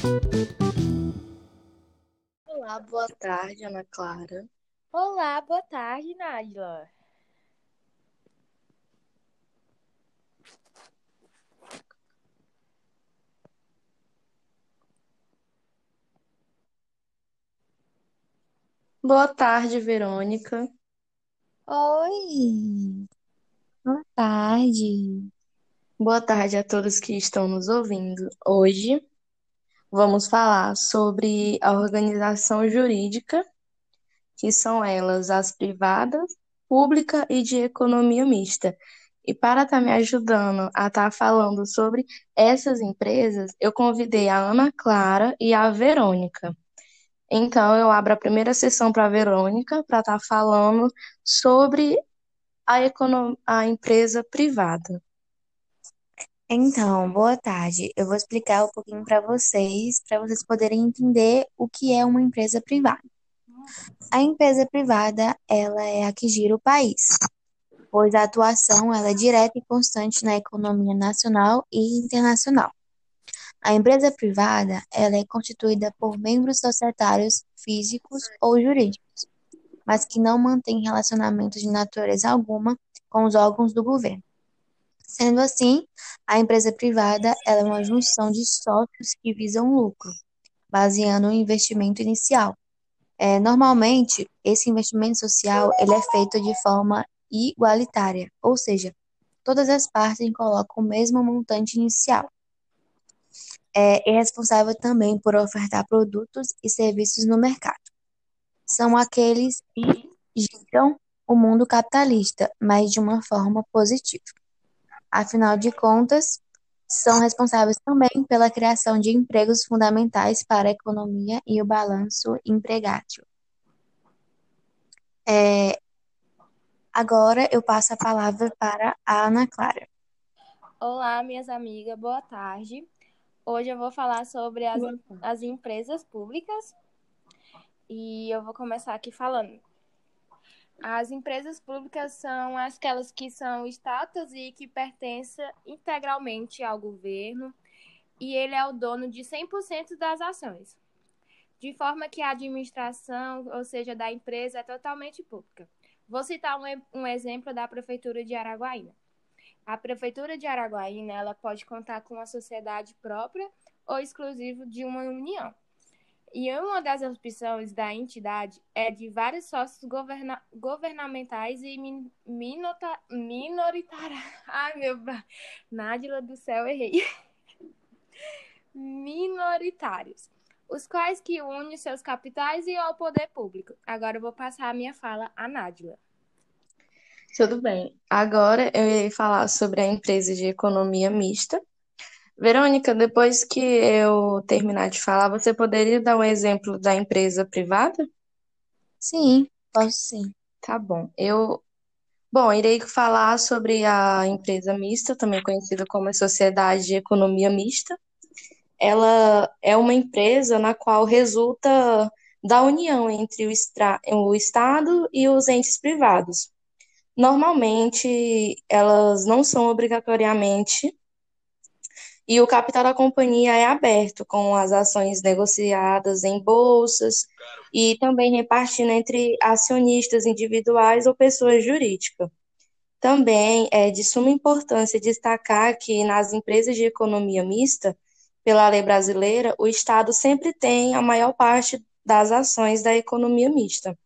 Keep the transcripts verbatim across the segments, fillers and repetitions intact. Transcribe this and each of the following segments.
Olá, boa tarde, Ana Clara. Olá, boa tarde, Nájila. Boa tarde, Verônica. Oi, boa tarde. Boa tarde a todos que estão nos ouvindo. Hoje vamos falar sobre a organização jurídica, que são elas as privadas, pública e de economia mista. E para estar me ajudando a estar falando sobre essas empresas, eu convidei a Ana Clara e a Verônica. Então, eu abro a primeira sessão para a Verônica para estar falando sobre a, econo- a empresa privada. Então, boa tarde. Eu vou explicar um pouquinho para vocês, para vocês poderem entender o que é uma empresa privada. A empresa privada, ela é a que gira o país, pois a atuação ela é direta e constante na economia nacional e internacional. A empresa privada, ela é constituída por membros societários físicos ou jurídicos, mas que não mantém relacionamentos de natureza alguma com os órgãos do governo. Sendo assim, a empresa privada ela é uma junção de sócios que visam lucro, baseando o investimento inicial. É, normalmente, esse investimento social ele é feito de forma igualitária, ou seja, todas as partes colocam o mesmo montante inicial. É, é responsável também por ofertar produtos e serviços no mercado. São aqueles que giram o mundo capitalista, mas de uma forma positiva. Afinal de contas, são responsáveis também pela criação de empregos fundamentais para a economia e o balanço empregátil. É, agora eu passo a palavra para a Ana Clara. Olá, minhas amigas, boa tarde. Hoje eu vou falar sobre as, em- as empresas públicas e eu vou começar aqui falando. As empresas públicas são aquelas que são estatais e que pertencem integralmente ao governo e ele é o dono de cem por cento das ações, de forma que a administração, ou seja, da empresa, é totalmente pública. Vou citar um, um exemplo da Prefeitura de Araguaína. A Prefeitura de Araguaína ela pode contar com uma sociedade própria ou exclusivo de uma união. E uma das opções da entidade é de vários sócios governa governamentais e min minoritários. Ai, meu... Nádila do céu, errei. Minoritários, os quais que unem seus capitais e ao poder público. Agora eu vou passar a minha fala à Nádila. Tudo bem. Agora eu irei falar sobre a empresa de economia mista. Verônica, depois que eu terminar de falar, você poderia dar um exemplo da empresa privada? Sim, posso sim. Tá bom. Eu, bom, irei falar sobre a empresa mista, também conhecida como a Sociedade de Economia Mista. Ela é uma empresa na qual resulta da união entre o, extra, o Estado e os entes privados. Normalmente, elas não são obrigatoriamente, e o capital da companhia é aberto, com as ações negociadas em bolsas e também repartindo entre acionistas individuais ou pessoas jurídicas. Também é de suma importância destacar que nas empresas de economia mista, pela lei brasileira, o Estado sempre tem a maior parte das ações da economia mista.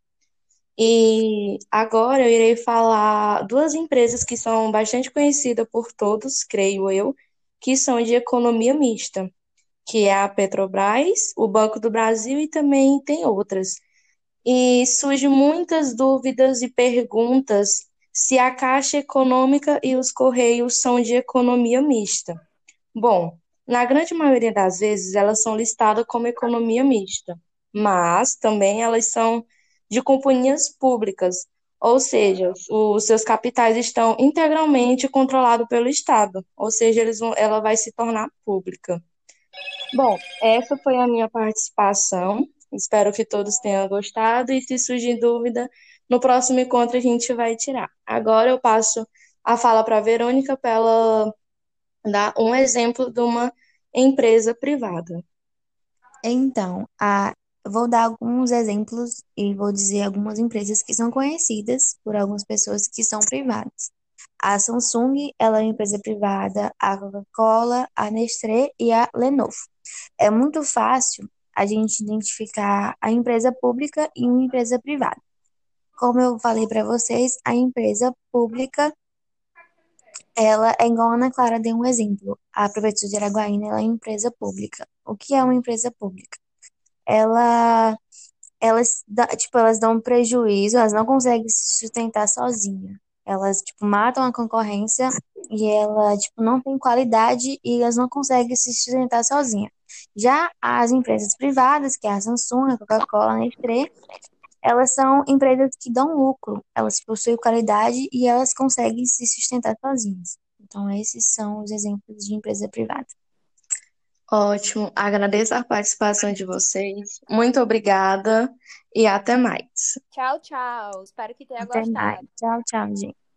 E agora eu irei falar duas empresas que são bastante conhecidas por todos, creio eu, que são de economia mista, que é a Petrobras, o Banco do Brasil e também tem outras. E surgem muitas dúvidas e perguntas se a Caixa Econômica e os Correios são de economia mista. Bom, na grande maioria das vezes elas são listadas como economia mista, mas também elas são de companhias públicas, ou seja, os seus capitais estão integralmente controlados pelo Estado, ou seja, eles vão, ela vai se tornar pública. Bom, essa foi a minha participação. Espero que todos tenham gostado e se surgir dúvida, no próximo encontro a gente vai tirar. Agora eu passo a fala para a Verônica para ela dar um exemplo de uma empresa privada. Então, a, eu vou dar alguns exemplos e vou dizer algumas empresas que são conhecidas por algumas pessoas que são privadas. A Samsung, ela é uma empresa privada, a Coca-Cola, a Nestlé e a Lenovo. É muito fácil a gente identificar a empresa pública e uma empresa privada. Como eu falei para vocês, a empresa pública, ela é igual a Ana Clara deu um exemplo. A Prefeitura de Araguaína, ela é uma empresa pública. O que é uma empresa pública? Ela, elas, dá- tipo, elas dão prejuízo, elas não conseguem se sustentar sozinhas. Elas, tipo, matam a concorrência e ela, tipo, não tem qualidade e elas não conseguem se sustentar sozinhas. Já as empresas privadas, que é a Samsung, a Coca-Cola, a Nestlé, elas são empresas que dão lucro, elas possuem qualidade e elas conseguem se sustentar sozinhas. Então, esses são os exemplos de empresa privada. Ótimo, agradeço a participação de vocês. Muito obrigada e até mais. Tchau, tchau. Espero que tenha Até mais. gostado. Tchau, tchau, gente.